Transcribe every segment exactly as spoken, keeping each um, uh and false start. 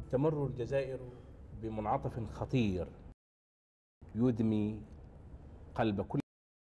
تمر الجزائر بمنعطف خطير يدمي قلب كل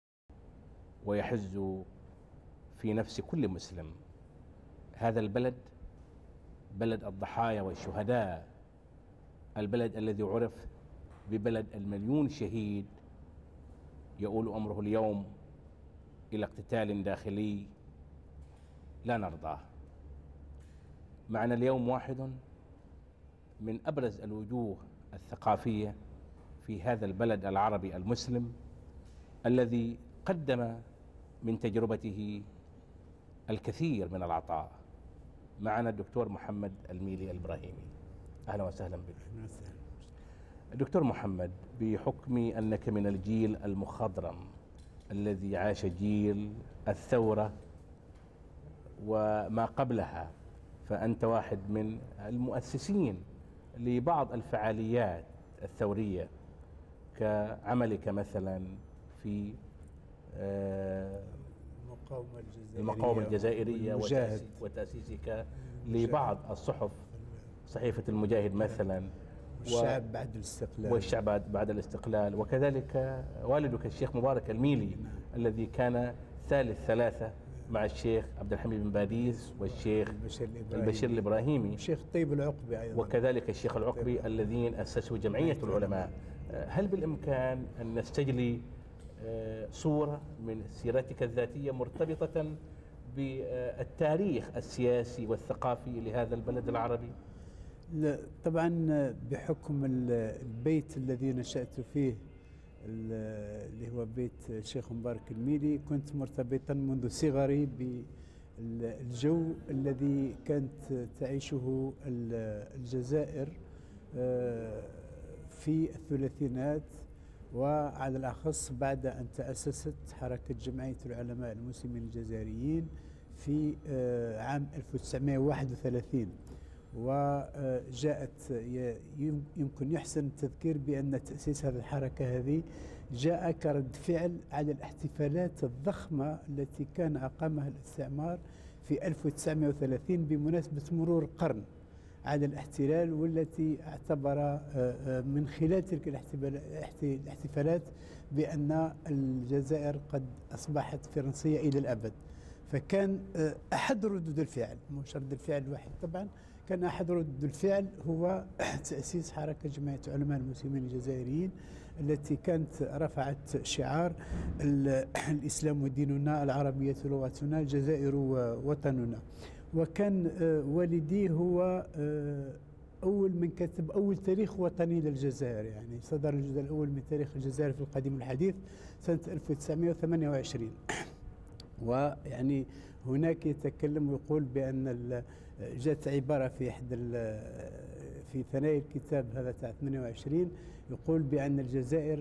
ويحز في نفس كل مسلم. هذا البلد بلد الضحايا والشهداء، البلد الذي عرف ببلد المليون شهيد، يؤول أمره اليوم إلى اقتتال داخلي لا نرضاه. معنا اليوم واحد من أبرز الوجوه الثقافية في هذا البلد العربي المسلم، الذي قدم من تجربته الكثير من العطاء. معنا الدكتور محمد الميلي الإبراهيمي. أهلا وسهلا بك. دكتور محمد، بحكم أنك من الجيل المخضرم الذي عاش جيل الثورة وما قبلها، فأنت واحد من المؤسسين لبعض الفعاليات الثورية كعملك مثلا في المقاومة الجزائرية, المقاومة الجزائرية وتأسيسك لبعض الصحف، صحيفة المجاهد مثلا، والشعب بعد الاستقلال والشعب بعد الاستقلال، وكذلك والدك الشيخ مبارك الميلي الذي كان ثالث ثلاثة مع الشيخ عبد الحميد بن باديس والشيخ البشير الإبراهيمي والشيخ طيب العقبي أيضا، وكذلك الشيخ العقبي الذين أسسوا جمعية العلماء. هل بالإمكان أن نستجلي صورة من سيرتك الذاتية مرتبطة بالتاريخ السياسي والثقافي لهذا البلد العربي؟ لا طبعا، بحكم البيت الذي نشأت فيه اللي هو بيت الشيخ مبارك الميلي، كنت مرتبطا منذ صغري بالجو الذي كانت تعيشه الجزائر في الثلاثينات، وعلى الأخص بعد أن تأسست حركة جمعية العلماء المسلمين الجزائريين في عام ألف وتسعمائة وواحد وثلاثين. وجاءت يمكن يحسن التذكير بأن تأسيس هذه الحركة هذه جاء كرد فعل على الاحتفالات الضخمة التي كان أقامها الاستعمار في ألف وتسعمائة وثلاثين بمناسبة مرور قرن على الاحتلال، والتي اعتبر من خلال تلك الاحتفالات بأن الجزائر قد أصبحت فرنسية إلى الأبد. فكان أحد ردود الفعل، مش رد الفعل الوحيد طبعا، كان أحد ردود الفعل هو تأسيس حركة جمعية علماء المسلمين الجزائريين، التي كانت رفعت شعار الإسلام ديننا، العربية لغتنا، الجزائر وطننا. وكان والدي هو أول من كتب أول تاريخ وطني للجزائر، يعني صدر الجزء الأول من تاريخ الجزائر في القديم الحديث سنة ألف وتسعمائة وثمانية وعشرين. ويعني هناك يتكلم ويقول بأن جاءت عبارة في أحد في ثنايا الكتاب هذا تاع ثمانية وعشرين، يقول بأن الجزائر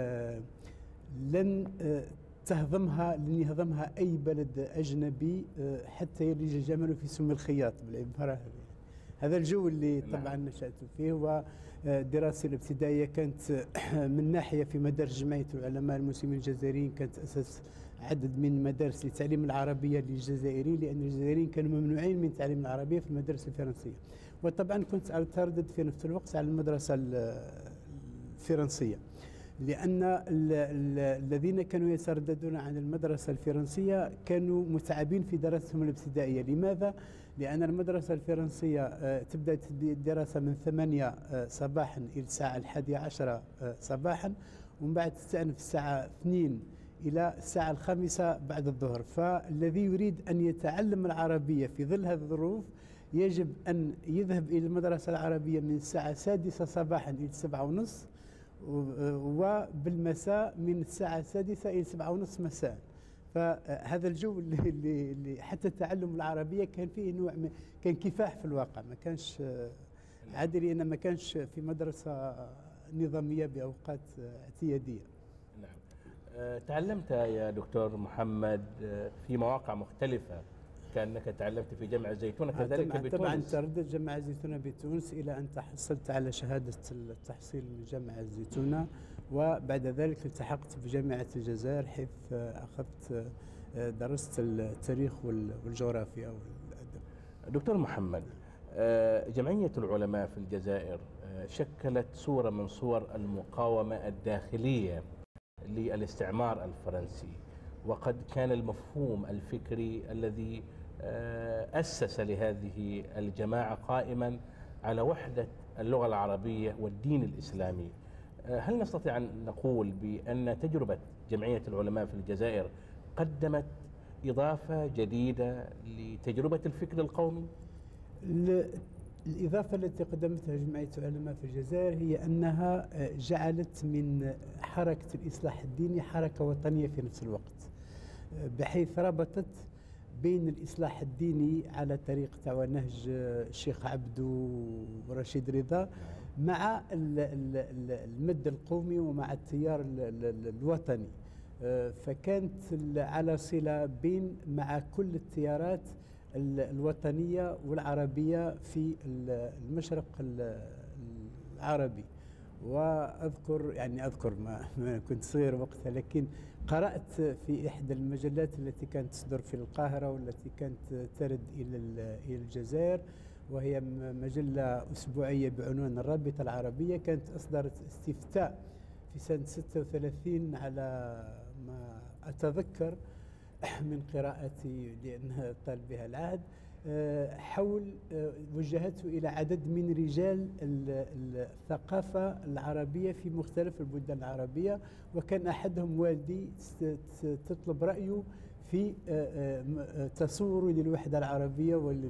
لن تهضمها لن يهضمها أي بلد أجنبي حتى يلج الجمل في سم الخياط، بالعبارة هذه. هذا الجو اللي طبعا نشأت فيه. ودراستي الابتدائية كانت من ناحية في مدارس جمعية العلماء المسلمين الجزائريين، كانت أساس عدد من مدارس لتعليم العربية للجزائريين، لأن الجزائريين كانوا ممنوعين من تعليم العربية في المدارس الفرنسية. وطبعا كنت أتردد في نفس الوقت على المدرسة الفرنسية، لأن الذين كانوا يترددون عن المدرسة الفرنسية كانوا متعبين في دراستهم الابتدائية. لماذا؟ لأن المدرسة الفرنسية تبدأ الدراسة من ثمانية صباحا إلى الساعة الحادية عشرة صباحا، ومن بعد تستأنف الساعة اثنين إلى الساعة الخامسة بعد الظهر. فالذي يريد أن يتعلم العربية في ظل هذه الظروف يجب أن يذهب إلى المدرسة العربية من الساعة السادسة صباحا إلى السبعة ونصف، وبالمساء من الساعة السادسة إلى سبعة ونصف مساء. فهذا الجو اللي, اللي حتى تعلم العربية كان فيه نوع من كان كفاح في الواقع، ما كانش عادي، لأن ما كانش في مدرسة نظامية بأوقات اعتيادية. نعم. أه تعلمت يا دكتور محمد في مواقع مختلفة، كأنك تعلمت في جامعة الزيتونة كذلك بتونس. طبعا ترددت جامعة الزيتونة بتونس إلى أن تحصلت على شهادة التحصيل من جامعة الزيتونة، وبعد ذلك التحقت بجامعة الجزائر، حيث أخذت درست التاريخ والجغرافيا والأدب. دكتور محمد، جمعية العلماء في الجزائر شكلت صورة من صور المقاومة الداخلية للاستعمار الفرنسي، وقد كان المفهوم الفكري الذي أسس لهذه الجماعة قائما على وحدة اللغة العربية والدين الإسلامي. هل نستطيع أن نقول بأن تجربة جمعية العلماء في الجزائر قدمت إضافة جديدة لتجربة الفكر القومي؟ الإضافة التي قدمتها جمعية العلماء في الجزائر هي أنها جعلت من حركة الإصلاح الديني حركة وطنية في نفس الوقت، بحيث ربطت بين الإصلاح الديني على طريقة ونهج الشيخ عبدو ورشيد رضا مع المد القومي ومع التيار الوطني، فكانت على صلة بين مع كل التيارات الوطنية والعربية في المشرق العربي. وأذكر يعني أذكر ما, ما كنت صغير وقتها، لكن قرأت في إحدى المجلات التي كانت تصدر في القاهرة والتي كانت ترد إلى إلى الجزائر، وهي مجلة أسبوعية بعنوان الرابطة العربية، كانت أصدرت استفتاء في سنة ستة وثلاثين على ما أتذكر من قراءتي لأنها طال بها العهد، حول وجهته إلى عدد من رجال الثقافة العربية في مختلف البلدان العربية، وكان أحدهم والدي تطلب رأيه في تصور للوحدة العربية ولل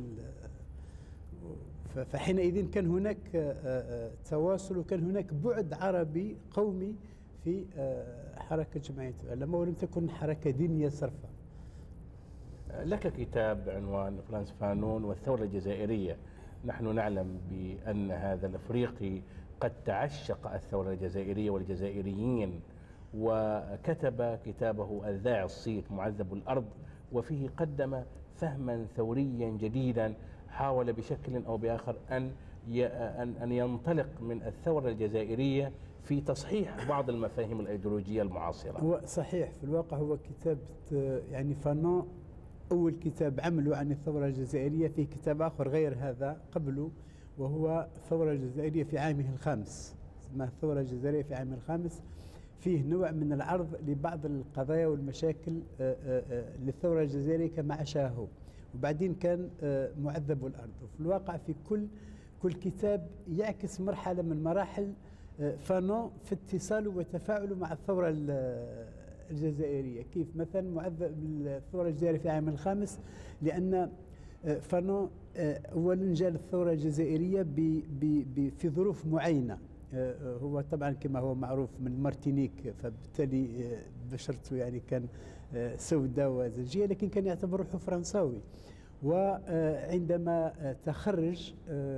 فحينئذ كان هناك تواصل وكان هناك بعد عربي قومي في حركة جمعية العلماء، ولم تكن حركة دينية صرفا. لك كتاب بعنوان فرانس فانون والثورة الجزائرية. نحن نعلم بأن هذا الأفريقي قد تعشق الثورة الجزائرية والجزائريين، وكتب كتابه الذاع الصيت معذب الأرض، وفيه قدم فهما ثوريا جديدا حاول بشكل أو بآخر أن أن ينطلق من الثورة الجزائرية في تصحيح بعض المفاهيم الأيديولوجية المعاصرة. هو صحيح في الواقع هو كتاب يعني فانون أول كتاب عمله عن الثورة الجزائرية، في كتاب آخر غير هذا قبله وهو الثورة الجزائرية في عامه الخامس، اسمها الثورة الجزائرية في عامه الخامس، فيه نوع من العرض لبعض القضايا والمشاكل للثورة الجزائرية كما عاشها هو، وبعدين كان معذب الأرض. وفي الواقع في كل كل كتاب يعكس مرحلة من مراحل فانون في اتصاله وتفاعله مع الثورة الجزائرية. كيف مثلا معذب الثورة الجزائرية في عام الخامس، لأن فانون أولا جاء الثورة الجزائرية ب ب في ظروف معينة، هو طبعا كما هو معروف من مارتينيك، فبالتالي بشرته يعني كان سوداء وزجية، لكن كان يعتبر روحه فرنساوي. وعندما تخرج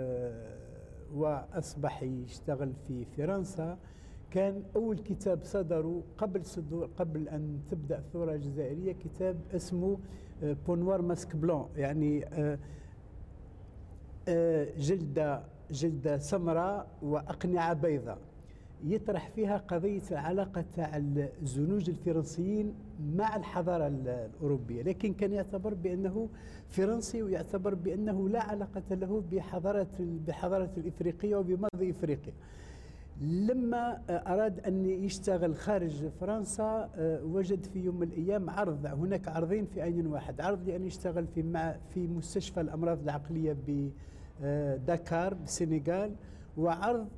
وأصبح يشتغل في فرنسا، كان أول كتاب صدره قبل صدور قبل أن تبدأ الثورة الجزائرية كتاب اسمه بونوار ماسك بلون، يعني جلدة جلدة سمراء وأقنعة بيضاء، يطرح فيها قضية العلاقة تاع الزنوج الفرنسيين مع الحضارة الأوروبية، لكن كان يعتبر بأنه فرنسي ويعتبر بأنه لا علاقة له بحضارة بحضارة الإفريقية وبماضي إفريقيا. لما أراد أن يشتغل خارج فرنسا وجد في يوم من الأيام عرض، هناك عرضين في آن واحد، عرض لأن يشتغل في مع في مستشفى الأمراض العقلية بدكار بالسنغال، وعرض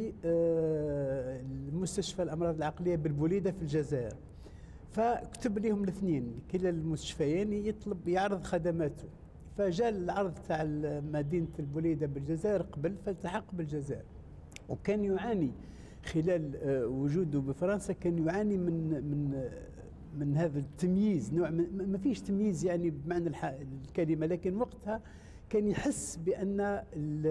بمستشفى الأمراض العقلية بالبوليدة في الجزائر. فكتب لهم الاثنين كلا المستشفيين يطلب يعرض خدماته، فجاء العرض تاع مدينة البوليدة بالجزائر قبل، فالتحق بالجزائر، وكان يعاني خلال وجوده بفرنسا، كان يعاني من من من هذا التمييز، نوع ما فيش تمييز يعني بمعنى الكلمة، لكن وقتها كان يحس بأن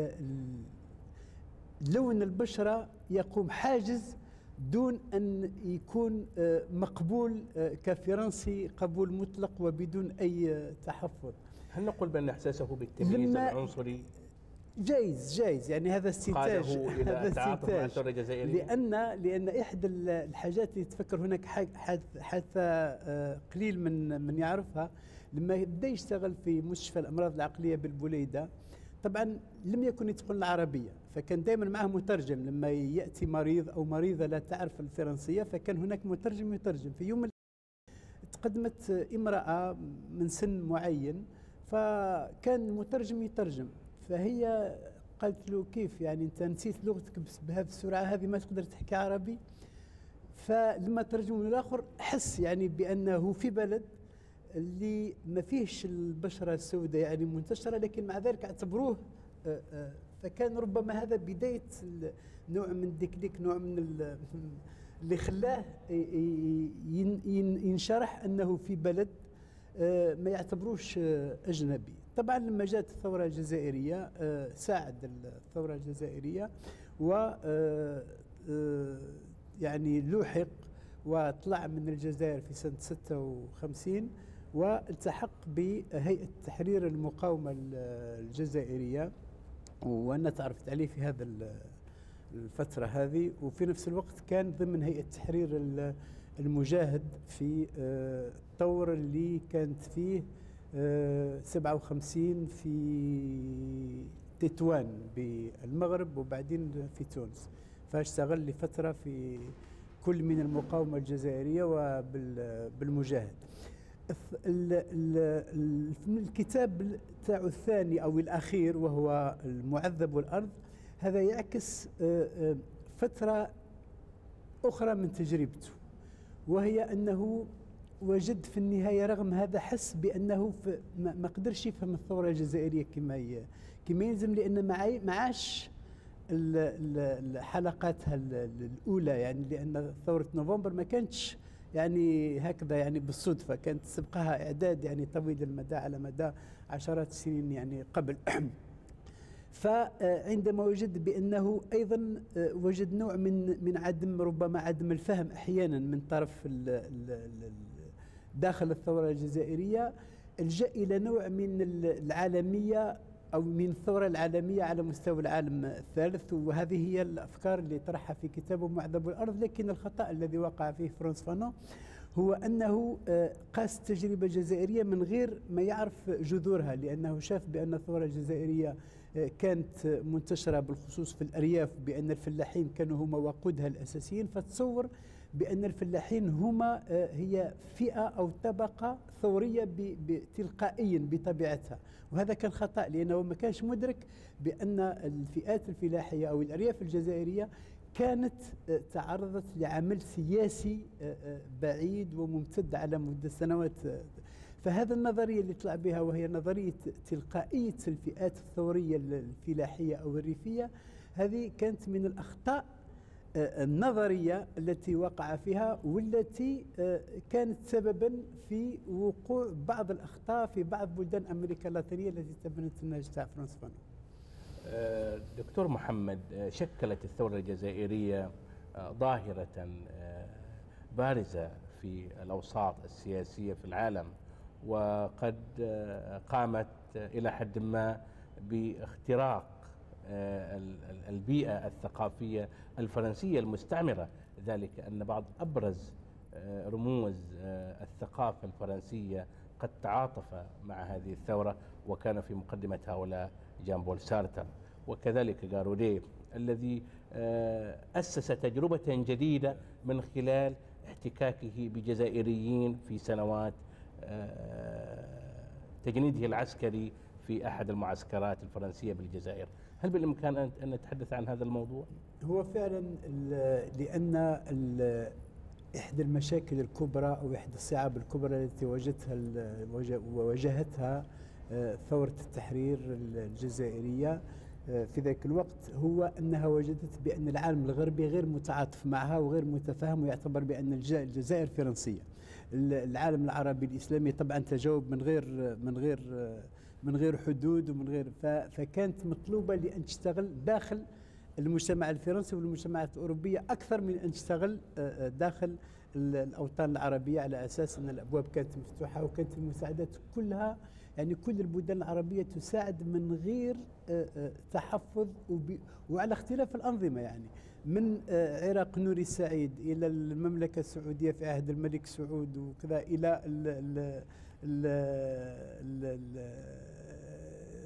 لون البشرة يقوم حاجز دون أن يكون مقبول كفرنسي قبول مطلق وبدون أي تحفظ. هل نقول بأن إحساسه بالتمييز العنصري جايز جايز يعني هذا استنتاج، هذا استنتاج لأن لأن إحدى الحاجات اللي تفكر هناك حتى قليل من من يعرفها، لما بدا يشتغل في مستشفى الأمراض العقلية بالبوليدة طبعا لم يكن يتقن العربية، فكان دائما معه مترجم. لما يأتي مريض أو مريضة لا تعرف الفرنسية فكان هناك مترجم يترجم. في يوم تقدمت امرأة من سن معين، فكان المترجم يترجم، فهي قالت له كيف يعني أنت نسيت لغتك بهذه السرعة هذه ما تقدر تحكي عربي؟ فلما ترجموا الآخر حس يعني بأنه في بلد اللي ما فيهش البشرة السوداء يعني منتشرة، لكن مع ذلك اعتبروه آآ آآ فكان ربما هذا بداية نوع من الديكليك، نوع من اللي خلاه ينشرح أنه في بلد ما يعتبروش أجنبي. طبعا لما جاءت الثورة الجزائرية ساعد الثورة الجزائرية و يعني لوحق وطلع من الجزائر في سنة ستة وخمسين والتحق بهيئة تحرير المقاومة الجزائرية، وأنا تعرفت عليه في هذا الفترة هذه. وفي نفس الوقت كان ضمن هيئة تحرير المجاهد في الثورة اللي كانت فيه سبعة وخمسين في تطوان بالمغرب وبعدين في تونس، فاشتغل لفترة في كل من المقاومة الجزائرية وبالمجاهد. الكتاب تاعو الثاني أو الأخير وهو المعذب والأرض، هذا يعكس فترة أخرى من تجربته، وهي أنه وجد في النهاية رغم هذا حس بأنه ما قدرش يفهم الثورة الجزائرية كما كما يلزم، لأن معاش حلقاتها الأولى يعني، لأن ثورة نوفمبر ما كانتش يعني هكذا يعني بالصدفة، كانت سبقها إعداد يعني طويل المدى على مدى عشرات السنين يعني قبل. فعندما وجد بأنه أيضا وجد نوع من من عدم ربما عدم الفهم أحيانا من طرف داخل الثورة الجزائرية، الجأ إلى نوع من العالمية أو من الثورة العالمية على مستوى العالم الثالث، وهذه هي الأفكار اللي طرحها في كتابه معذب الأرض. لكن الخطأ الذي وقع فيه فرانس فانون هو أنه قاس التجربة الجزائرية من غير ما يعرف جذورها، لأنه شاف بأن الثورة الجزائرية كانت منتشرة بالخصوص في الأرياف، بأن الفلاحين كانوا هما وقودها الأساسيين، فتصور بأن الفلاحين هما هي فئة أو طبقة ثورية تلقائيا بطبيعتها، وهذا كان خطأ، لأنه ما كانش مدرك بأن الفئات الفلاحية أو الأرياف الجزائرية كانت تعرضت لعمل سياسي بعيد وممتد على مدة سنوات. فهذا النظرية اللي طلع بها وهي نظرية تلقائية الفئات الثورية الفلاحية أو الريفية، هذه كانت من الأخطاء النظرية التي وقع فيها، والتي كانت سببا في وقوع بعض الأخطاء في بعض بلدان أمريكا اللاتينية التي تبنت النهج تاع فرانس فانون. دكتور محمد، شكلت الثورة الجزائرية ظاهرة بارزة في الأوساط السياسية في العالم، وقد قامت إلى حد ما باختراق البيئة الثقافية الفرنسية المستعمرة، ذلك أن بعض أبرز رموز الثقافة الفرنسية قد تعاطف مع هذه الثورة، وكان في مقدمة هؤلاء جان بول سارتر، وكذلك غاروديه الذي أسس تجربة جديدة من خلال احتكاكه بجزائريين في سنوات تجنيده العسكري في أحد المعسكرات الفرنسية بالجزائر. هل بالإمكان أن نتحدث عن هذا الموضوع؟ هو فعلا لأن إحدى المشاكل الكبرى أو إحدى الصعاب الكبرى التي واجهتها وواجهتها ثورة التحرير الجزائرية في ذاك الوقت هو أنها وجدت بأن العالم الغربي غير متعاطف معها وغير متفاهم، ويعتبر بأن الجزائر فرنسية. العالم العربي الإسلامي طبعا تجاوب من غير من غير من غير حدود ومن غير، فكانت مطلوبة لأن تشتغل داخل المجتمع الفرنسي والمجتمعات الأوروبية أكثر من أن تشتغل داخل الأوطان العربية، على أساس أن الأبواب كانت مفتوحة وكانت المساعدات كلها يعني كل البلدان العربية تساعد من غير تحفظ وعلى اختلاف الأنظمة، يعني من عراق نوري السعيد إلى المملكة السعودية في عهد الملك سعود وكذا، إلى ال ال ال ال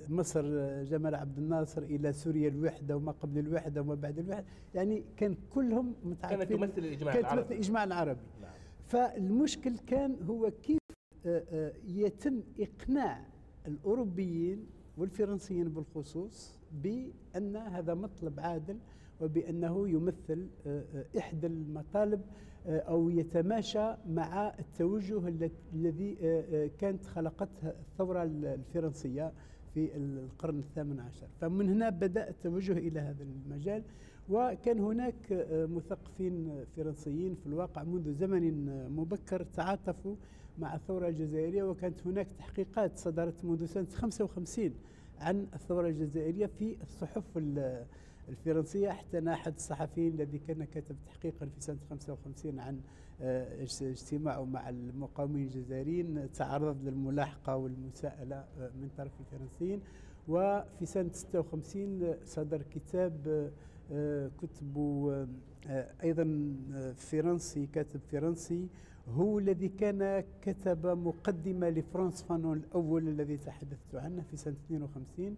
مصر جمال عبد الناصر، إلى سوريا الوحدة وما قبل الوحدة وما بعد الوحدة، يعني كان كلهم متعاطفين، كانت تمثل الإجماع كانت العربي. تمثل الإجماع العربي. نعم. فالمشكل كان هو كيف يتم إقناع الأوروبيين والفرنسيين بالخصوص بأن هذا مطلب عادل، وبأنه يمثل إحدى المطالب أو يتماشى مع التوجه الذي كانت خلقته الثورة الفرنسية في القرن الثامن عشر. فمن هنا بدأ التوجه إلى هذا المجال، وكان هناك مثقفين فرنسيين في الواقع منذ زمن مبكر تعاطفوا مع الثورة الجزائرية، وكانت هناك تحقيقات صدرت منذ سنة خمسة وخمسين عن الثورة الجزائرية في الصحف الفرنسية. حتى أنا أحد الصحفيين الذي كان كتب تحقيقا في سنة خمسة وخمسين عن اجتماعه مع المقاومين الجزائريين تعرض للملاحقة والمساءلة من طرف الفرنسيين. وفي سنة ستة وخمسين صدر كتاب كتبه أيضا فرنسي، كاتب فرنسي هو الذي كان كتب مقدمة لفرانس فانون الأول الذي تحدثت عنه في سنة اثنين وخمسين.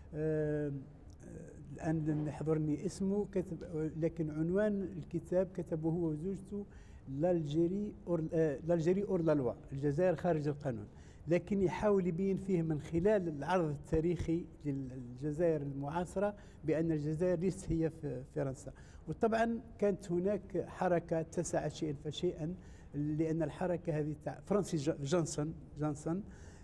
الآن لم يحضرني اسمه، كتب لكن عنوان الكتاب كتبه هو وزوجته لالجيري أور لالجيري أور لا لوا، الجزائر خارج القانون، لكن يحاول يبين فيه من خلال العرض التاريخي للجزائر المعاصرة بأن الجزائر ليست هي في فرنسا. وطبعا كانت هناك حركة اتسعت شيئا فشيئا، لأن الحركة هذه تاع فرانسيس جونسون جونسون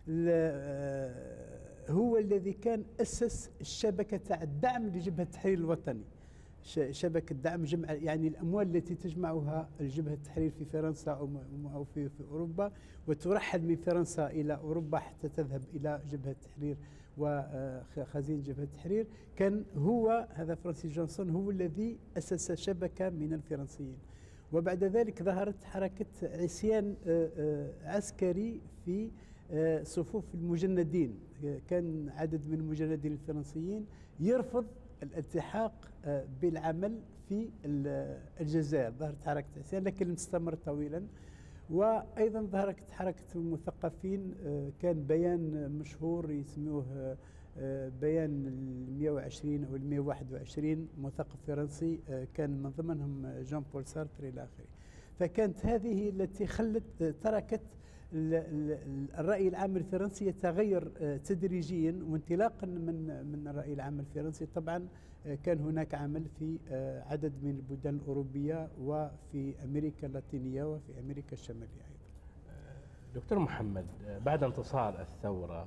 هو الذي كان أسس الشبكة تاع الدعم لجبهة التحرير الوطني، شبكة دعم جمع، يعني الأموال التي تجمعها الجبهة التحرير في فرنسا أو في, في أوروبا، وترحل من فرنسا إلى أوروبا حتى تذهب إلى جبهة التحرير وخزين جبهة التحرير. كان هو هذا فرانسيس جونسون هو الذي أسس شبكة من الفرنسيين. وبعد ذلك ظهرت حركة عصيان عسكري في صفوف المجندين، كان عدد من المجندين الفرنسيين يرفض الالتحاق بالعمل في الجزائر. ظهرت حركة عصيان لكن لم تستمر طويلا. وأيضا ظهرت حركة المثقفين، كان بيان مشهور يسموه بيان المئة وعشرين أو المئة وواحد وعشرين، مثقف فرنسي كان من ضمنهم جان بول سارتر إلى آخره. فكانت هذه التي خلت تركت الرأي العام الفرنسي يتغير تدريجيا، وانطلاقا من من الرأي العام الفرنسي طبعا كان هناك عمل في عدد من البلدان الأوروبية وفي أمريكا اللاتينية وفي أمريكا الشمالية أيضا. دكتور محمد، بعد انتصار الثورة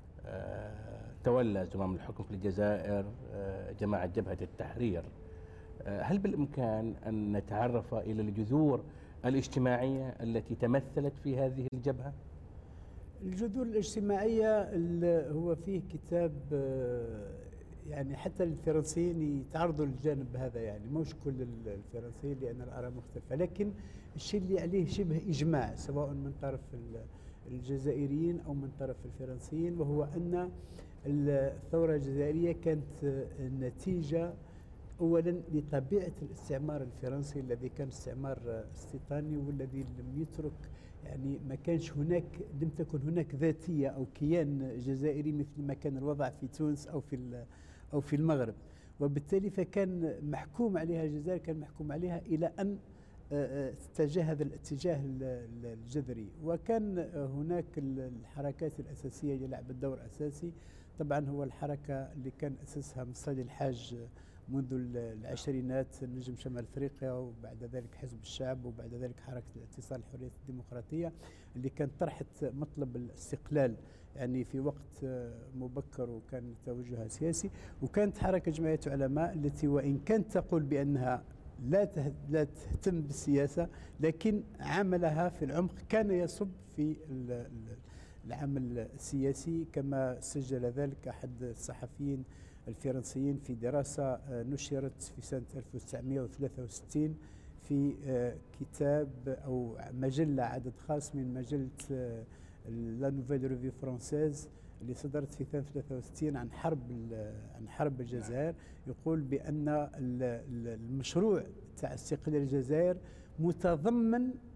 تولى زمام الحكم في الجزائر جماعة جبهة التحرير. هل بالإمكان أن نتعرف إلى الجذور الاجتماعية التي تمثلت في هذه الجبهة؟ الجذور الاجتماعية هو فيه كتاب، يعني حتى الفرنسيين يتعرضوا للجانب هذا، يعني مش كل الفرنسيين لأن الآراء مختلفة، لكن الشيء اللي عليه شبه إجماع سواء من طرف الجزائريين أو من طرف الفرنسيين، وهو أن الثورة الجزائرية كانت نتيجة أولا لطبيعة الاستعمار الفرنسي الذي كان استعمار استيطاني، والذي لم يترك، يعني ما كانش هناك، لم تكن هناك ذاتية أو كيان جزائري مثل ما كان الوضع في تونس أو في أو في المغرب. وبالتالي فكان محكوم عليها الجزائر، كان محكوم عليها إلى أن اتجاه هذا الاتجاه الجذري. وكان هناك الحركات الأساسية اللي لعبت دور أساسي، طبعا هو الحركة اللي كان أسسها مصطفى الحاج منذ العشرينات، نجم شمال افريقيا، وبعد ذلك حزب الشعب، وبعد ذلك حركه الاتصال الحريه الديمقراطيه اللي كانت طرحت مطلب الاستقلال يعني في وقت مبكر وكان توجهها سياسي. وكانت حركه جمعيه علماء التي وان كانت تقول بانها لا لا تهتم بالسياسه، لكن عملها في العمق كان يصب في العمل السياسي، كما سجل ذلك احد الصحفيين الفرنسيين في دراسة نشرت في سنة ألف وتسعمئة وثلاثة وستين في كتاب أو مجلة، عدد خاص من مجلة لا نوفيل ريفيو فرانسيز اللي صدرت في سنة ثلاثة وستين عن حرب عن حرب الجزائر، يقول بأن المشروع تاع استقلال الجزائر متضمن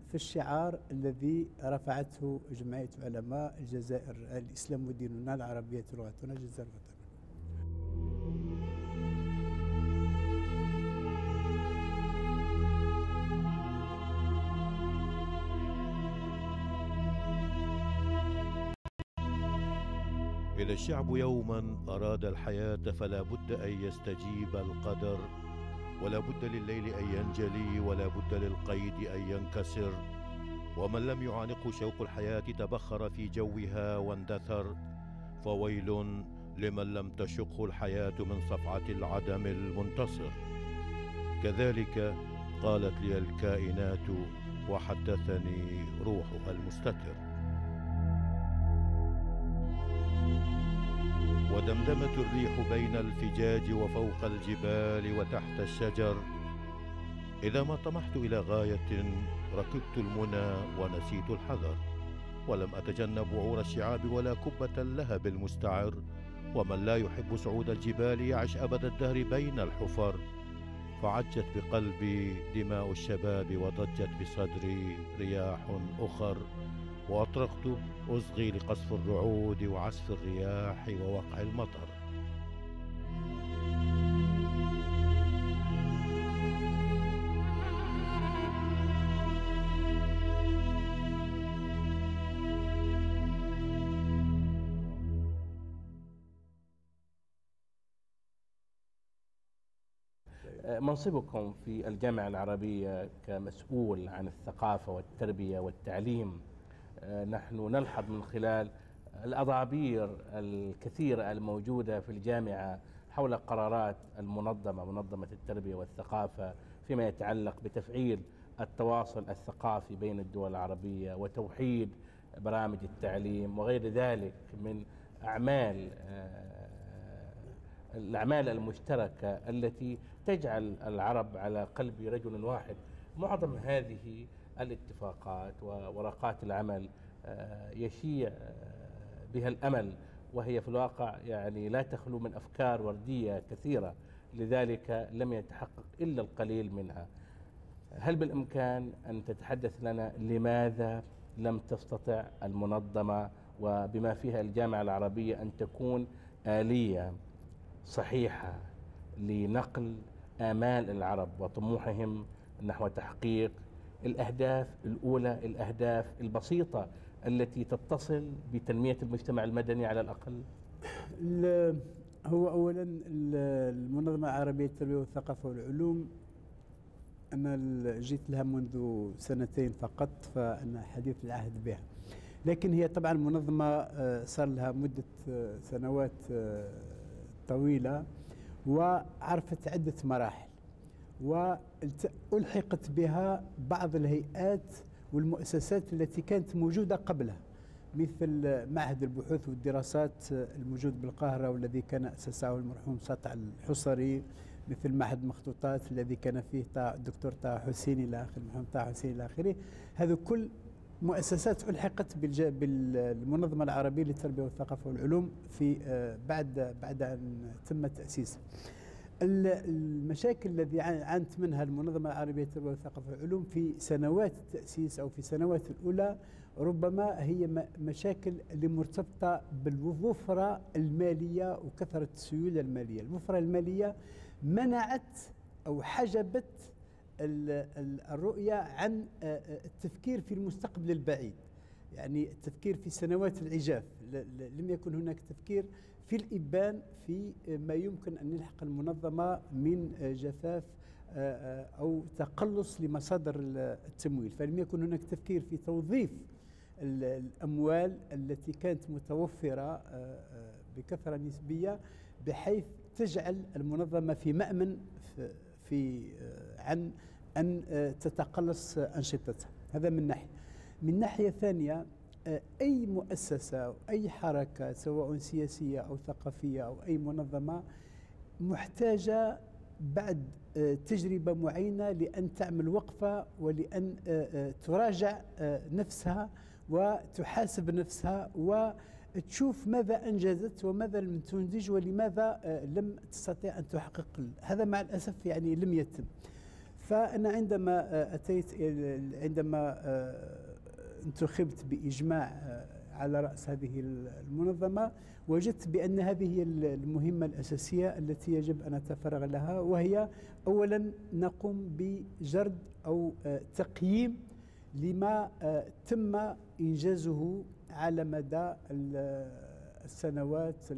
في الشعار الذي رفعته جمعية علماء الجزائر: الإسلام ديننا، العربية لغتنا، الجزائر وطننا. إذا الشعب يوما أراد الحياة فلا بد أن يستجيب القدر، ولا بد لليل أن ينجلي، ولا بد للقيد أن ينكسر، ومن لم يعانقه شوق الحياة تبخر في جوها واندثر، فويل لمن لم تشقه الحياة من صفعة العدم المنتصر. كذلك قالت لي الكائنات وحدثني روحها المستتر. ودمدمت الريح بين الفجاج وفوق الجبال وتحت الشجر. إذا ما طمحت إلى غاية ركبت المنى ونسيت الحذر، ولم أتجنب وعور الشعاب ولا كبة اللهب المستعر. ومن لا يحب صعود الجبال يعش أبد الدهر بين الحفر. فعجت بقلبي دماء الشباب وضجت بصدري رياح أخر، وأطرقت أصغي لقصف الرعود وعزف الرياح ووقع المطر. منصبكم في الجامعة العربية كمسؤول عن الثقافة والتربية والتعليم، نحن نلحظ من خلال الأضابير الكثيرة الموجودة في الجامعة حول قرارات المنظمة، منظمة التربية والثقافة، فيما يتعلق بتفعيل التواصل الثقافي بين الدول العربية وتوحيد برامج التعليم وغير ذلك من أعمال الأعمال المشتركة التي تجعل العرب على قلب رجل واحد. معظم هذه الاتفاقات وورقات العمل يشيع بها الأمل، وهي في الواقع يعني لا تخلو من أفكار وردية كثيرة، لذلك لم يتحقق إلا القليل منها. هل بالإمكان أن تتحدث لنا لماذا لم تستطع المنظمة وبما فيها الجامعة العربية أن تكون آلية صحيحة لنقل آمال العرب وطموحهم نحو تحقيق الأهداف الأولى، الأهداف البسيطة التي تتصل بتنمية المجتمع المدني على الأقل؟ هو أولا المنظمة العربية للتربية والثقافة والعلوم أنا جيت لها منذ سنتين فقط، فأنا حديث العهد بها، لكن هي طبعا منظمة صار لها مدة سنوات طويلة وعرفت عدة مراحل، وألحقت بها بعض الهيئات والمؤسسات التي كانت موجودة قبلها، مثل معهد البحوث والدراسات الموجود بالقاهرة والذي كان أسسه المرحوم سطع الحصري، مثل معهد مخطوطات الذي كان فيه الدكتور طه حسين إلى آخره، المرحوم طه حسين إلى آخره. هذه كل مؤسسات ألحقت بالمنظمة العربية للتربية والثقافة والعلوم في بعد بعد أن تم تأسيسها. المشاكل التي عانت منها المنظمة العربية للتربية والثقافة والعلوم في سنوات التأسيس أو في السنوات الأولى ربما هي مشاكل اللي مرتبطة بالوفرة المالية وكثرة السيولة المالية. الوفرة المالية منعت أو حجبت الرؤية عن التفكير في المستقبل البعيد، يعني التفكير في سنوات العجاف. لم يكن هناك تفكير في الإبان في ما يمكن أن يلحق المنظمة من جفاف أو تقلص لمصادر التمويل، فلم يكن هناك تفكير في توظيف الأموال التي كانت متوفرة بكثرة نسبية بحيث تجعل المنظمة في مأمن في, في عن أن تتقلص أنشطتها. هذا من ناحية. من ناحية ثانية، أي مؤسسة أو أي حركة سواء سياسية أو ثقافية أو أي منظمة محتاجة بعد تجربة معينة لأن تعمل وقفة ولأن تراجع نفسها وتحاسب نفسها وتشوف ماذا أنجزت وماذا لم تنتج ولماذا لم تستطيع أن تحقق. هذا مع الأسف يعني لم يتم. فأنا عندما أتيت عندما انتخبت بإجماع على رأس هذه المنظمة، وجدت بأن هذه هي المهمة الأساسية التي يجب أن نتفرغ لها، وهي أولا نقوم بجرد أو تقييم لما تم إنجازه على مدى السنوات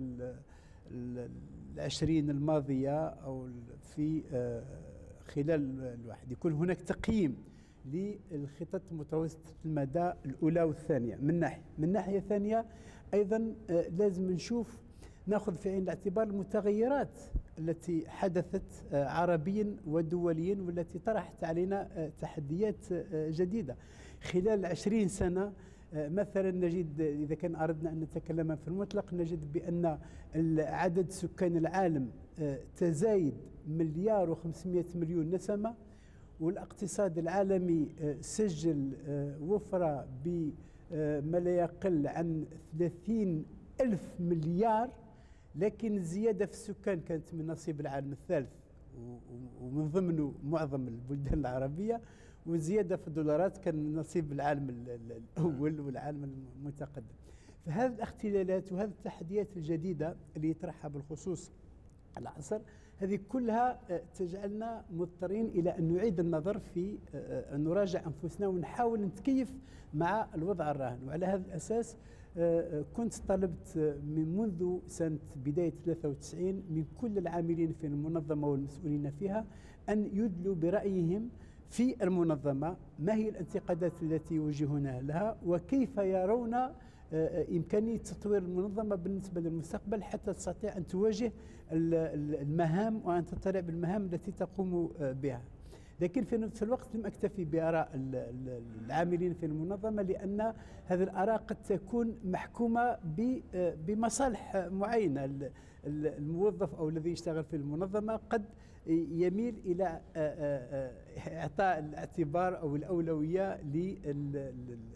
العشرين الماضية أو في خلال الواحد. يكون هناك تقييم للخطط متوسطة المدى الأولى والثانية من ناحية. من ناحية ثانية أيضا لازم نشوف نأخذ في عين الاعتبار المتغيرات التي حدثت عربيا ودوليا والتي طرحت علينا تحديات جديدة خلال عشرين سنة. مثلا نجد إذا كان أردنا أن نتكلم في المطلق نجد بأن عدد سكان العالم تزايد مليار وخمسمائة مليون نسمة، والاقتصاد العالمي سجل وفرة بما لا يقل عن ثلاثين ألف مليار، لكن الزيادة في السكان كانت من نصيب العالم الثالث ومن ضمنه معظم البلدان العربية، والزيادة في الدولارات كان من نصيب العالم الأول والعالم المتقدم. فهذه الاختلالات وهذه التحديات الجديدة اللي يطرحها بالخصوص العصر هذه كلها تجعلنا مضطرين إلى أن نعيد النظر في أن نراجع أنفسنا ونحاول نتكيف مع الوضع الراهن. وعلى هذا الأساس كنت طلبت من منذ سنة بداية ثلاثة وتسعين من كل العاملين في المنظمة والمسؤولين فيها أن يدلوا برأيهم في المنظمة، ما هي الانتقادات التي يوجهونها لها وكيف يرون إمكانية تطوير المنظمة بالنسبة للمستقبل حتى تستطيع أن تواجه المهام وأن تطلع بالمهام التي تقوم بها. لكن في نفس الوقت لم أكتفي بآراء العاملين في المنظمة، لأن هذه الآراء قد تكون محكومة بمصالح معينة. الموظف أو الذي يشتغل في المنظمة قد يميل إلى إعطاء الاعتبار أو الأولوية لل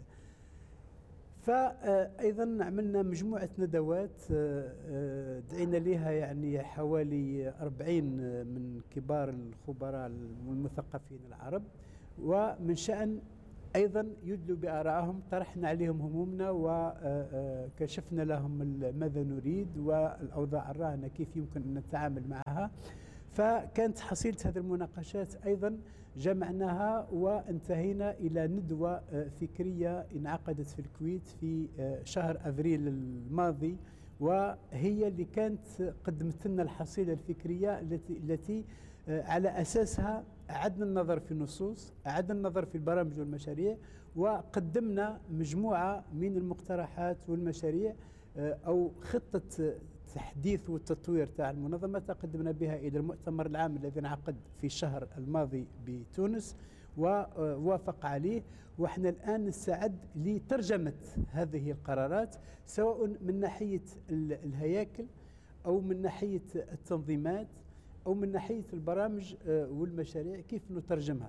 فأيضا عملنا مجموعة ندوات دعينا لها يعني حوالي أربعين من كبار الخبراء والمثقفين العرب، ومن شأن أيضا يدلوا بآرائهم. طرحنا عليهم همومنا وكشفنا لهم ماذا نريد والأوضاع الراهنة كيف يمكن أن نتعامل معها. فكانت حصيلة هذه المناقشات أيضا جمعناها وانتهينا إلى ندوة فكرية انعقدت في الكويت في شهر أبريل الماضي، وهي اللي كانت قدمت لنا الحصيلة الفكرية التي التي على أساسها أعدنا النظر في النصوص، أعدنا النظر في البرامج والمشاريع، وقدمنا مجموعة من المقترحات والمشاريع أو خطة التحديث والتطوير تاع المنظمة تقدمنا بها إلى المؤتمر العام الذي انعقد في الشهر الماضي بتونس ووافق عليه. وإحنا الآن نستعد لترجمة هذه القرارات سواء من ناحية الهياكل أو من ناحية التنظيمات أو من ناحية البرامج والمشاريع كيف نترجمها.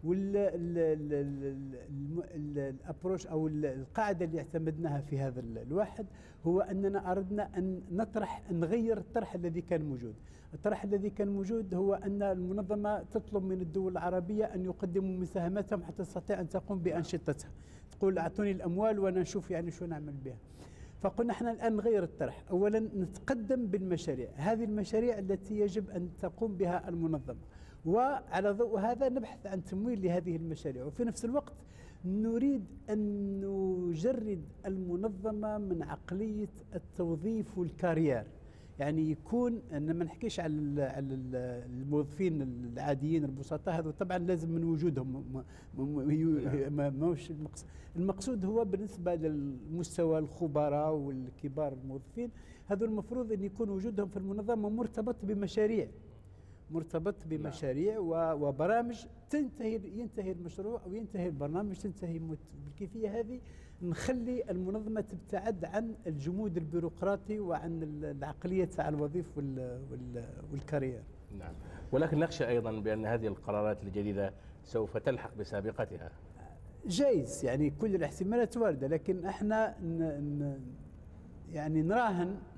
والابروش او القاعده اللي اعتمدناها في هذا الواحد هو اننا اردنا ان نطرح نغير الطرح الذي كان موجود. الطرح الذي كان موجود هو ان المنظمه تطلب من الدول العربيه ان يقدموا مساهماتهم حتى تستطيع ان تقوم بانشطتها، تقول اعطوني الاموال وانا نشوف يعني شو نعمل بها. فقلنا احنا الان نغير الطرح، اولا نتقدم بالمشاريع، هذه المشاريع التي يجب ان تقوم بها المنظمه، وعلى ضوء هذا نبحث عن تمويل لهذه المشاريع. وفي نفس الوقت نريد أن نجرد المنظمة من عقلية التوظيف والكارير، يعني يكون أن ما نحكيش على على الموظفين العاديين البسطاء، هذا طبعا لازم من وجودهم، ماهوش المقصود. المقصود هو بالنسبة للمستوى الخبراء والكبار الموظفين، هذا المفروض أن يكون وجودهم في المنظمة مرتبط بمشاريع مرتبط بمشاريع وبرامج تنتهي ينتهي المشروع او ينتهي البرنامج تنتهي بالكيفيه هذه. نخلي المنظمه تبتعد عن الجمود البيروقراطي وعن العقليه تاع الوظيف والكارير. نعم، ولكن نخشى ايضا بان هذه القرارات الجديده سوف تلحق بسابقتها. جايز، يعني كل الاحتمالات وارده، لكن احنا ن ن يعني نراهن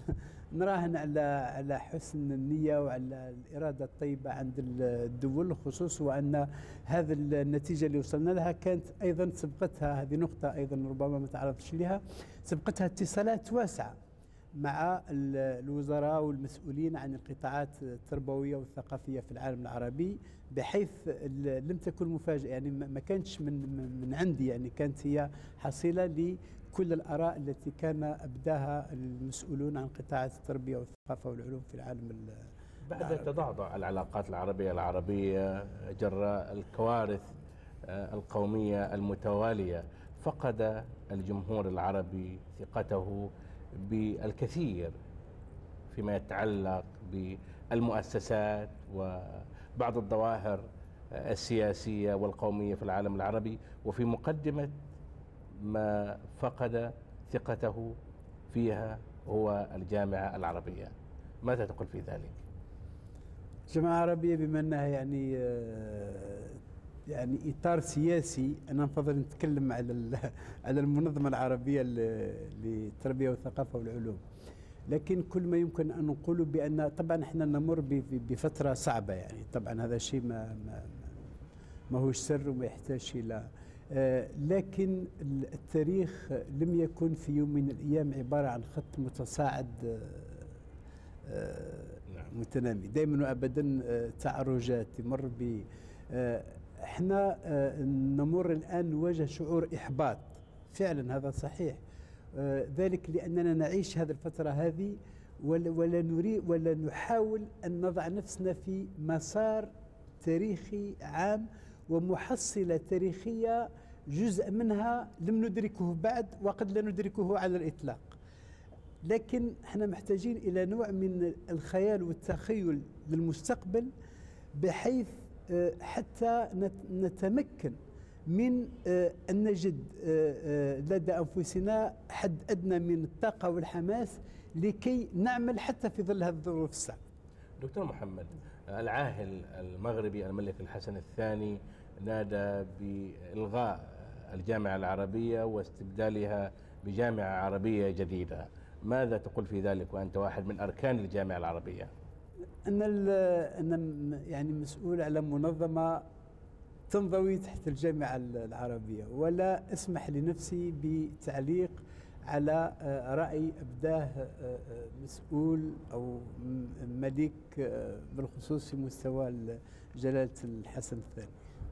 نراهن على على حسن النية وعلى الإرادة الطيبة عند الدول، خصوصا وأن هذه النتيجة اللي وصلنا لها كانت أيضا سبقتها، هذه نقطة أيضا ربما ما تعرضش لها، سبقتها اتصالات واسعة مع الوزراء والمسؤولين عن القطاعات التربوية والثقافية في العالم العربي، بحيث لم تكن مفاجأة، يعني ما كانتش من من عندي، يعني كانت هي حصيلة لكل الآراء التي كان أبداها المسؤولون عن قطاعات التربية والثقافة والعلوم في العالم بعد العربي. تضعضع العلاقات العربية العربية جراء الكوارث القومية المتوالية، فقد الجمهور العربي ثقته بالكثير فيما يتعلق بالمؤسسات وبعض الظواهر السياسية والقومية في العالم العربي، وفي مقدمة ما فقد ثقته فيها هو الجامعة العربية. ماذا تقول في ذلك؟ الجامعة العربية بما أنها يعني يعني إطار سياسي، أنا نفضل نتكلم على على المنظمة العربية للتربية والثقافة والعلوم، لكن كل ما يمكن أن نقوله بأن طبعا احنا نمر بفترة صعبة، يعني طبعا هذا شيء ما ما ما هوش سر وما يحتاج إلى آه لكن التاريخ لم يكن في يوم من الأيام عبارة عن خط متصاعد آه آه متنامي، دائما وأبدا آه تعرجات تمر ب آه احنا آه نمر الآن نواجه شعور إحباط فعلا، هذا صحيح، آه ذلك لأننا نعيش هذه الفترة هذه ولا, ولا نريد ولا نحاول أن نضع نفسنا في مسار تاريخي عام ومحصلة تاريخية جزء منها لم ندركه بعد وقد لا ندركه على الإطلاق، لكن احنا محتاجين إلى نوع من الخيال والتخيل للمستقبل بحيث حتى نتمكن من أن نجد لدى أنفسنا حد أدنى من الطاقة والحماس لكي نعمل حتى في ظل هذه الظروف الصعبة. دكتور محمد، العاهل المغربي الملك الحسن الثاني نادى بإلغاء الجامعة العربية واستبدالها بجامعة عربية جديدة، ماذا تقول في ذلك وأنت واحد من أركان الجامعة العربية؟ أنا أنا يعني مسؤول على منظمة تنضوي تحت الجامعة العربية، ولا أسمح لنفسي بتعليق على رأي أبداه مسؤول أو ملك بالخصوص في مستوى جلالة الحسن الثاني.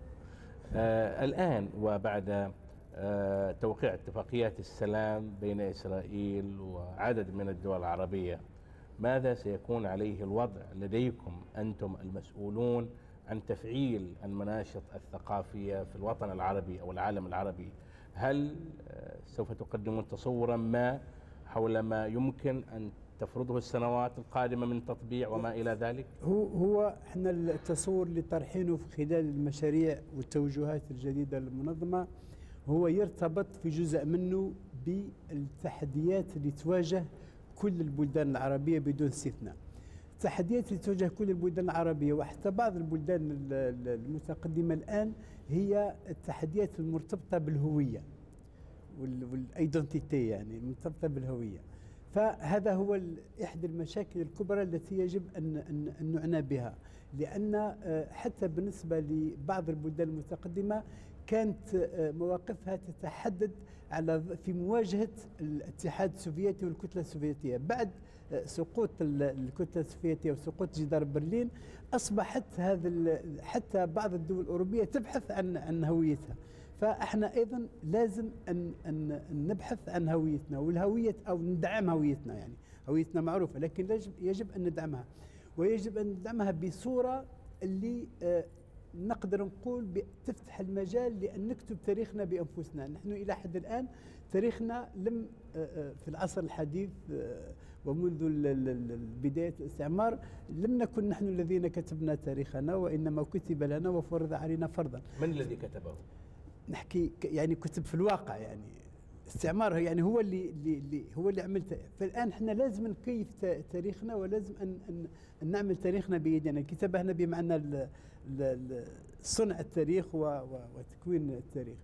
آه الآن وبعد آه توقيع اتفاقيات السلام بين إسرائيل وعدد من الدول العربية، ماذا سيكون عليه الوضع لديكم أنتم المسؤولون عن تفعيل المناشط الثقافية في الوطن العربي أو العالم العربي؟ هل آه سوف تقدمون تصورا ما حول ما يمكن أن تفرضه السنوات القادمة من تطبيع وما إلى ذلك؟ هو هو احنا التصور اللي طرحينه في خلال المشاريع والتوجهات الجديدة للمنظمة هو يرتبط في جزء منه بالتحديات اللي تواجه كل البلدان العربية بدون استثناء. التحديات اللي تواجه كل البلدان العربية وحتى بعض البلدان المتقدمة الآن هي التحديات المرتبطة بالهوية والايدنتيتي، يعني المرتبطة بالهوية. فهذا هو إحدى المشاكل الكبرى التي يجب أن أن نعنى بها، لأن حتى بالنسبة لبعض البلدان المتقدمة كانت مواقفها تتحدد على في مواجهة الاتحاد السوفيتي والكتلة السوفيتية. بعد سقوط الكتلة السوفيتية وسقوط جدار برلين أصبحت هذا حتى بعض الدول الأوروبية تبحث عن عن هويتها، فاحنا ايضا لازم ان ان نبحث عن هويتنا، والهويه او ندعم هويتنا، يعني هويتنا معروفه لكن يجب ان ندعمها، ويجب ان ندعمها بصوره اللي آه نقدر نقول تفتح المجال لان نكتب تاريخنا بانفسنا. نحن الى حد الان تاريخنا لم آه في العصر الحديث آه ومنذ بدايه الاستعمار لم نكن نحن الذين كتبنا تاريخنا، وانما كتب لنا وفرض علينا فرضا. من الذي كتبه؟ نحكي يعني كتب في الواقع، يعني استعمار يعني هو اللي, اللي هو اللي عمل. فالان احنا لازم نكيف تاريخنا ولازم ان, أن, أن نعمل تاريخنا بيدنا. الكتابه هنا بمعنى صنع التاريخ وتكوين التاريخ.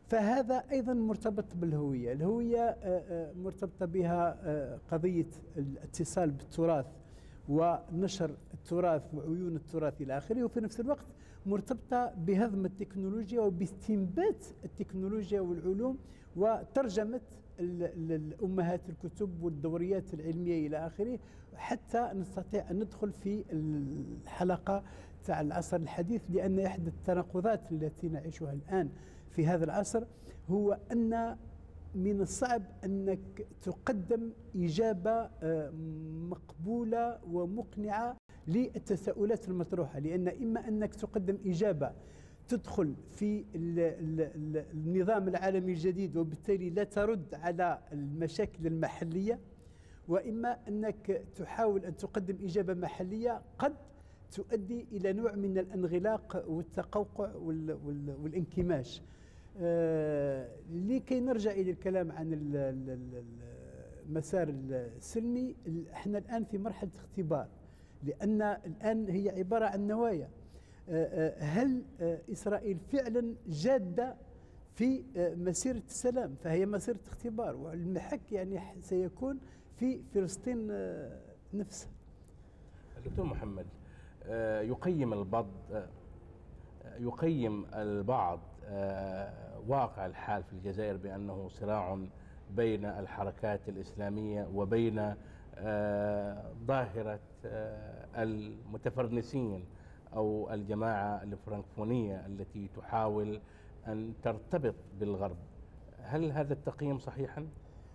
فهذا أيضا مرتبط بالهوية. الهوية مرتبطة بها قضية الاتصال بالتراث ونشر التراث وعيون التراث إلى آخره، وفي نفس الوقت مرتبطة بهضم التكنولوجيا وباستنبات التكنولوجيا والعلوم وترجمة الأمهات الكتب والدوريات العلمية إلى آخره، حتى نستطيع أن ندخل في الحلقة تاع العصر الحديث. لأن إحدى التناقضات التي نعيشها الآن في هذا العصر هو أن من الصعب أنك تقدم إجابة مقبولة ومقنعة للتساؤلات المطروحة، لأن إما أنك تقدم إجابة تدخل في النظام العالمي الجديد وبالتالي لا ترد على المشاكل المحلية، وإما أنك تحاول أن تقدم إجابة محلية قد تؤدي إلى نوع من الانغلاق والتقوقع والانكماش. آه لكي نرجع إلى الكلام عن المسار السلمي، احنا الآن في مرحلة اختبار، لأن الآن هي عبارة عن نوايا. آه هل آه إسرائيل فعلا جادة في آه مسيرة السلام؟ فهي مسيرة اختبار، والمحك يعني سيكون في فلسطين آه نفسها. دكتور محمد، آه يقيم البعض آه يقيم البعض آه واقع الحال في الجزائر بأنه صراع بين الحركات الإسلامية وبين آه ظاهرة آه المتفرنسين أو الجماعة الفرنكفونية التي تحاول أن ترتبط بالغرب. هل هذا التقييم صحيحا؟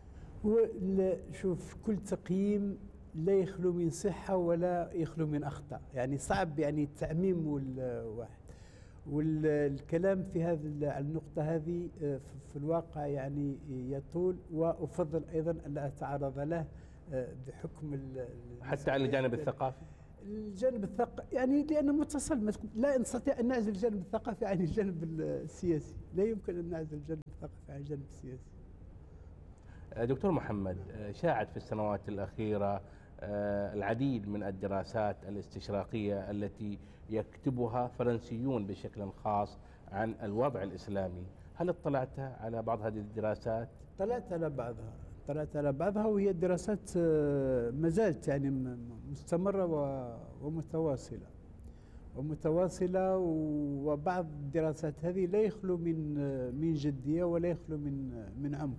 شوف، كل تقييم لا يخلو من صحة ولا يخلو من أخطاء، يعني صعب يعني التعميم والواحد. والكلام في هذه النقطة هذه في الواقع يعني يطول، وأفضل أيضا أن لا أتعرض له بحكم حتى على الجانب الثقافي. الجانب الثقافي يعني لأنه متصل، لا نستطيع أن نعزل الجانب الثقافي عن الجانب السياسي، لا يمكن أن نعزل الجانب الثقافي عن الجانب السياسي. دكتور محمد، شاعت في السنوات الأخيرة العديد من الدراسات الاستشراقية التي يكتبها فرنسيون بشكل خاص عن الوضع الإسلامي. هل اطلعت على بعض هذه الدراسات؟ اطلعت على بعضها اطلعت على بعضها وهي دراسات ما زالت يعني مستمرة ومتواصلة ومتواصلة وبعض الدراسات هذه لا يخلو من من جدية ولا يخلو من من عمق.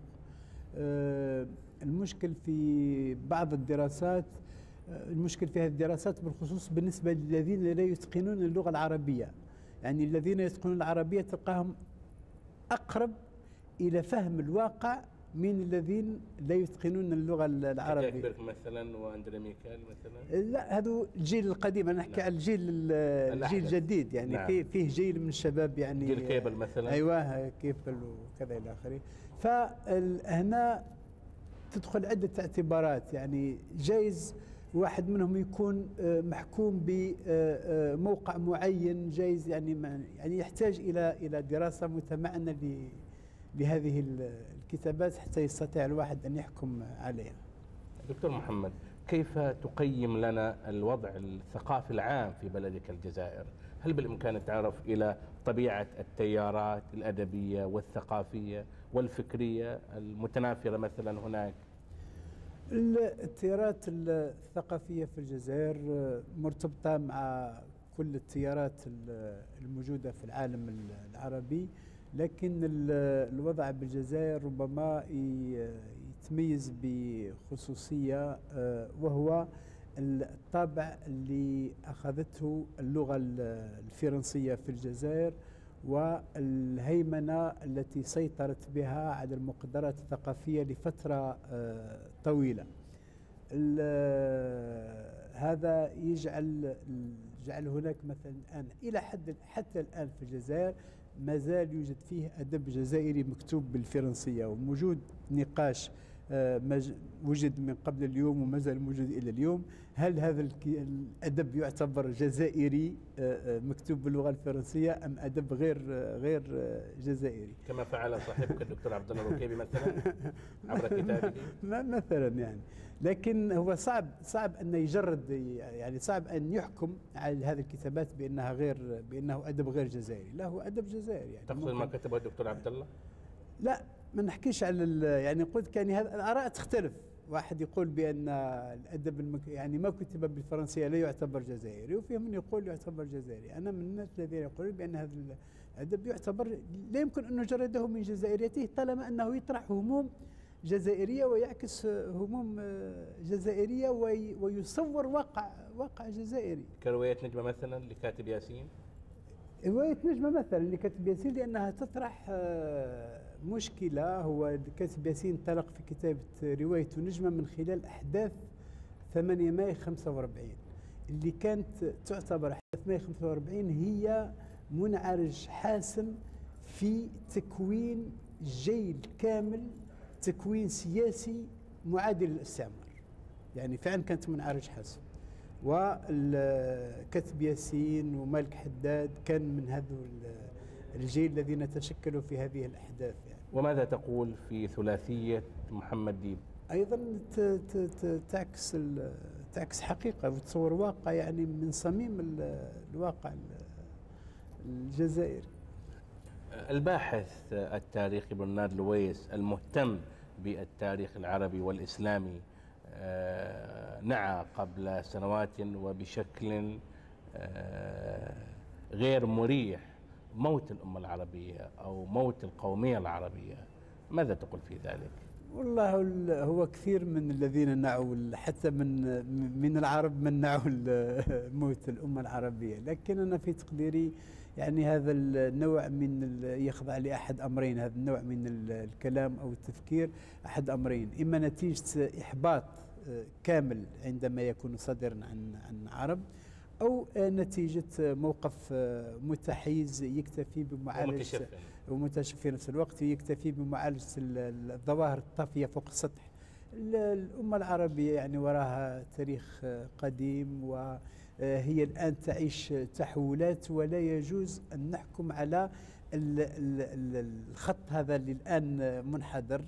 المشكل في بعض الدراسات المشكل في هذه الدراسات بالخصوص بالنسبة للذين لا يتقنون اللغة العربية، يعني الذين يتقنون العربية تلقاهم أقرب إلى فهم الواقع من الذين لا يتقنون اللغة العربية. بيرك مثلا وأندري ميكال مثلا؟ لا، هذا الجيل القديم، أنا نحكي على الجيل الجيل الجديد، يعني نعم. فيه فيه جيل من الشباب، يعني جيل كيبل مثلا. أيوه كيبل وكذا إلى آخره. فهنا تدخل عدة اعتبارات، يعني جايز واحد منهم يكون محكوم بموقع معين، جايز يعني يعني يحتاج إلى إلى دراسة متمعنة لهذه الكتابات حتى يستطيع الواحد أن يحكم عليها. دكتور محمد، كيف تقيم لنا الوضع الثقافي العام في بلدك الجزائر؟ هل بالإمكان التعرف إلى طبيعة التيارات الأدبية والثقافية والفكرية المتنافرة مثلا هناك؟ التيارات الثقافية في الجزائر مرتبطة مع كل التيارات الموجودة في العالم العربي، لكن الوضع بالجزائر ربما يتميز بخصوصية، وهو الطابع اللي أخذته اللغة الفرنسية في الجزائر والهيمنة التي سيطرت بها على المقدرات الثقافية لفترة طويلة. هذا يجعل جعل هناك مثلا الآن إلى حد حتى الآن في الجزائر ما زال يوجد فيه أدب جزائري مكتوب بالفرنسية، وموجود نقاش وجد من قبل اليوم وما زال موجود إلى اليوم. هل هذا الأدب يعتبر جزائري مكتوب باللغة الفرنسية أم أدب غير غير جزائري؟ كما فعل صاحبك الدكتور عبد الله الركيبي مثلا عبر كتابه مثلا يعني. لكن هو صعب صعب أن يجرد، يعني صعب أن يحكم على هذه الكتابات بأنها غير بأنه أدب غير جزائري. لا، هو أدب جزائري يعني. تقصد ما كتبه الدكتور عبد الله؟ لا ما نحكيش على يعني قلت يعني هذه الآراء تختلف. واحد يقول بأن الأدب المك... يعني ما كتب بالفرنسية لا يعتبر جزائري، وفيه من يقول يعتبر جزائري. أنا من الناس الذين يقولون بأن هذا الأدب يعتبر لا يمكن أن نجرده من جزائريته طالما أنه يطرح هموم جزائرية ويعكس هموم جزائرية وي... ويصور واقع واقع جزائري. كرواية نجمة مثلا لكاتب ياسين. رواية نجمة مثلا لكاتب ياسين لأنها تطرح مشكلة. هو كاتب ياسين انطلق في كتابة رواية نجمة من خلال أحداث ثمانية ماي خمسة وأربعين اللي كانت تعتبر أحداث ماي خمسة وأربعين هي منعرج حاسم في تكوين جيل كامل، تكوين سياسي معادل للاستعمار. يعني فعلا كانت منعرج حاسم. وكتب ياسين ومالك حداد كان من هذا الجيل الذين تشكلوا في هذه الأحداث يعني. وماذا تقول في ثلاثية محمد ديب؟ أيضا تعكس تعكس حقيقة وتصور واقع يعني من صميم الواقع الجزائري. الباحث التاريخي برنارد لويس المهتم بالتاريخ العربي والإسلامي نعى قبل سنوات وبشكل غير مريح موت الأمة العربية أو موت القومية العربية، ماذا تقول في ذلك؟ والله هو كثير من الذين نعوا حتى من من العرب من نعوا موت الأمة العربية، لكن أنا في تقديري يعني هذا النوع من يخضع لأحد أمرين. هذا النوع من الكلام أو التفكير أحد أمرين: إما نتيجة إحباط كامل عندما يكون صادرا عن عن عرب، أو نتيجة موقف متحيز يكتفي بمعالجة ومنتشر في نفس الوقت يكتفي بمعالجة الظواهر الطافية فوق السطح. الأمة العربية يعني وراها تاريخ قديم وهي الآن تعيش تحولات، ولا يجوز أن نحكم على الخط هذا اللي الآن منحدر.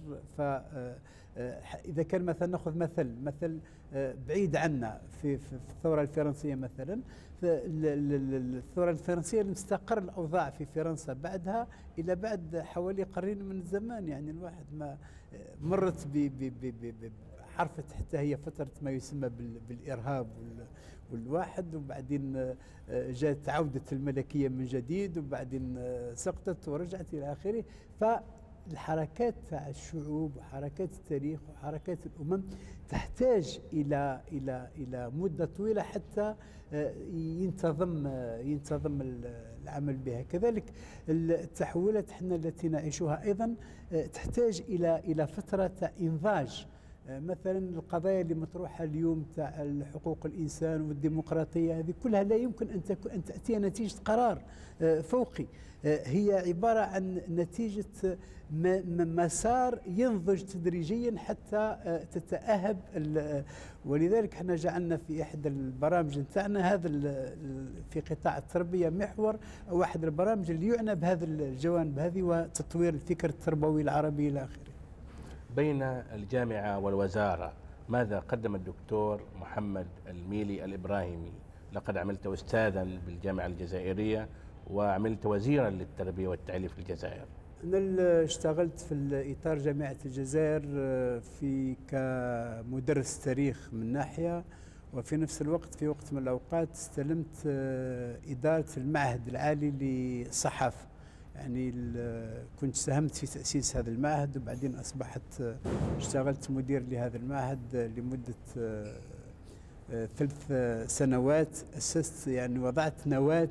فإذا كان مثلا نأخذ مثل مثل بعيد عنا في, في الثورة الفرنسية مثلا، الثورة الفرنسية اللي مستقر الأوضاع في فرنسا بعدها إلى بعد حوالي قرن من الزمان. يعني الواحد ما مرت بحرفت حتى هي فترة ما يسمى بالإرهاب والواحد، وبعدين جاءت عودة الملكية من جديد، وبعدين سقطت ورجعت إلى آخره. فالحركات تاع الشعوب وحركات التاريخ وحركات الأمم تحتاج إلى إلى إلى مدة طويلة حتى ينتظم ينتظم العمل بها. كذلك التحولات احنا التي نعيشها أيضا تحتاج إلى إلى فترة إنضاج. مثلا القضايا اللي مطروحة اليوم تاع حقوق الإنسان والديمقراطية هذه كلها لا يمكن أن أن تأتي نتيجة قرار فوقي، هي عبارة عن نتيجة مسار ينضج تدريجيا حتى تتأهب. ولذلك احنا جعلنا في إحدى البرامج نتاعنا هذا في قطاع التربية محور أو أحد البرامج اللي يعنى بهذا الجوانب هذه وتطوير الفكر التربوي العربي إلى آخره. بين الجامعة والوزارة ماذا قدم الدكتور محمد الميلي الإبراهيمي؟ لقد عملت أستاذا بالجامعة الجزائرية وعملت وزيرا للتربية والتعليم في الجزائر. أنا اشتغلت في إطار جامعة الجزائر في كمدرس تاريخ من ناحية، وفي نفس الوقت في وقت من الأوقات استلمت إدارة المعهد العالي للصحافة. يعني كنت ساهمت في تأسيس هذا المعهد، وبعدين أصبحت اشتغلت مدير لهذا المعهد لمدة ثلاث سنوات. أسست يعني وضعت نواة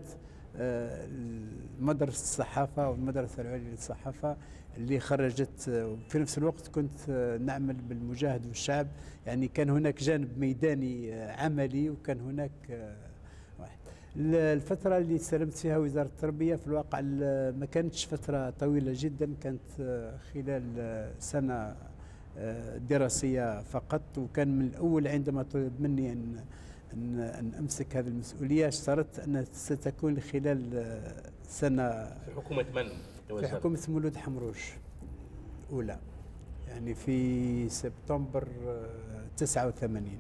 مدرسة الصحافة والمدرسة العليا للصحافة اللي خرجت. وفي نفس الوقت كنت نعمل بالمجاهد والشعب، يعني كان هناك جانب ميداني عملي وكان هناك واحد. الفترة اللي استلمت فيها وزارة التربية في الواقع ما كانتش فترة طويلة جدا، كانت خلال سنة دراسية فقط. وكان من الأول عندما طلب مني أن أن, أن أمسك هذه المسؤولية اشترطت أنها ستكون خلال سنة في حكومة من؟ في حكومة مولود حمروش الأولى، يعني في سبتمبر تسعة وثمانين.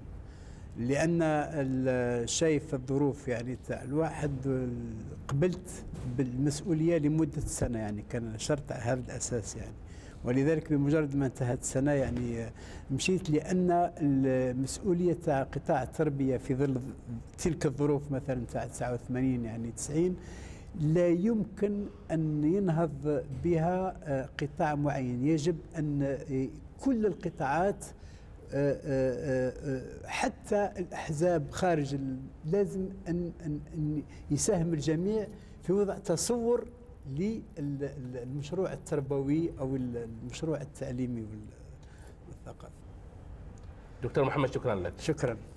لأن شايف الظروف يعني الواحد قبلت بالمسؤولية لمدة سنة، يعني كان شرط على هذا الأساس يعني. ولذلك بمجرد ما انتهت السنة يعني مشيت، لأن المسؤولية تاع قطاع التربية في ظل تلك الظروف مثلا تاع تسعة وثمانين يعني تسعين لا يمكن أن ينهض بها قطاع معين. يجب أن كل القطاعات حتى الأحزاب خارج لازم أن أن يساهم الجميع في وضع تصور للمشروع التربوي أو المشروع التعليمي والثقافي. دكتور محمد شكرا لك. شكرا.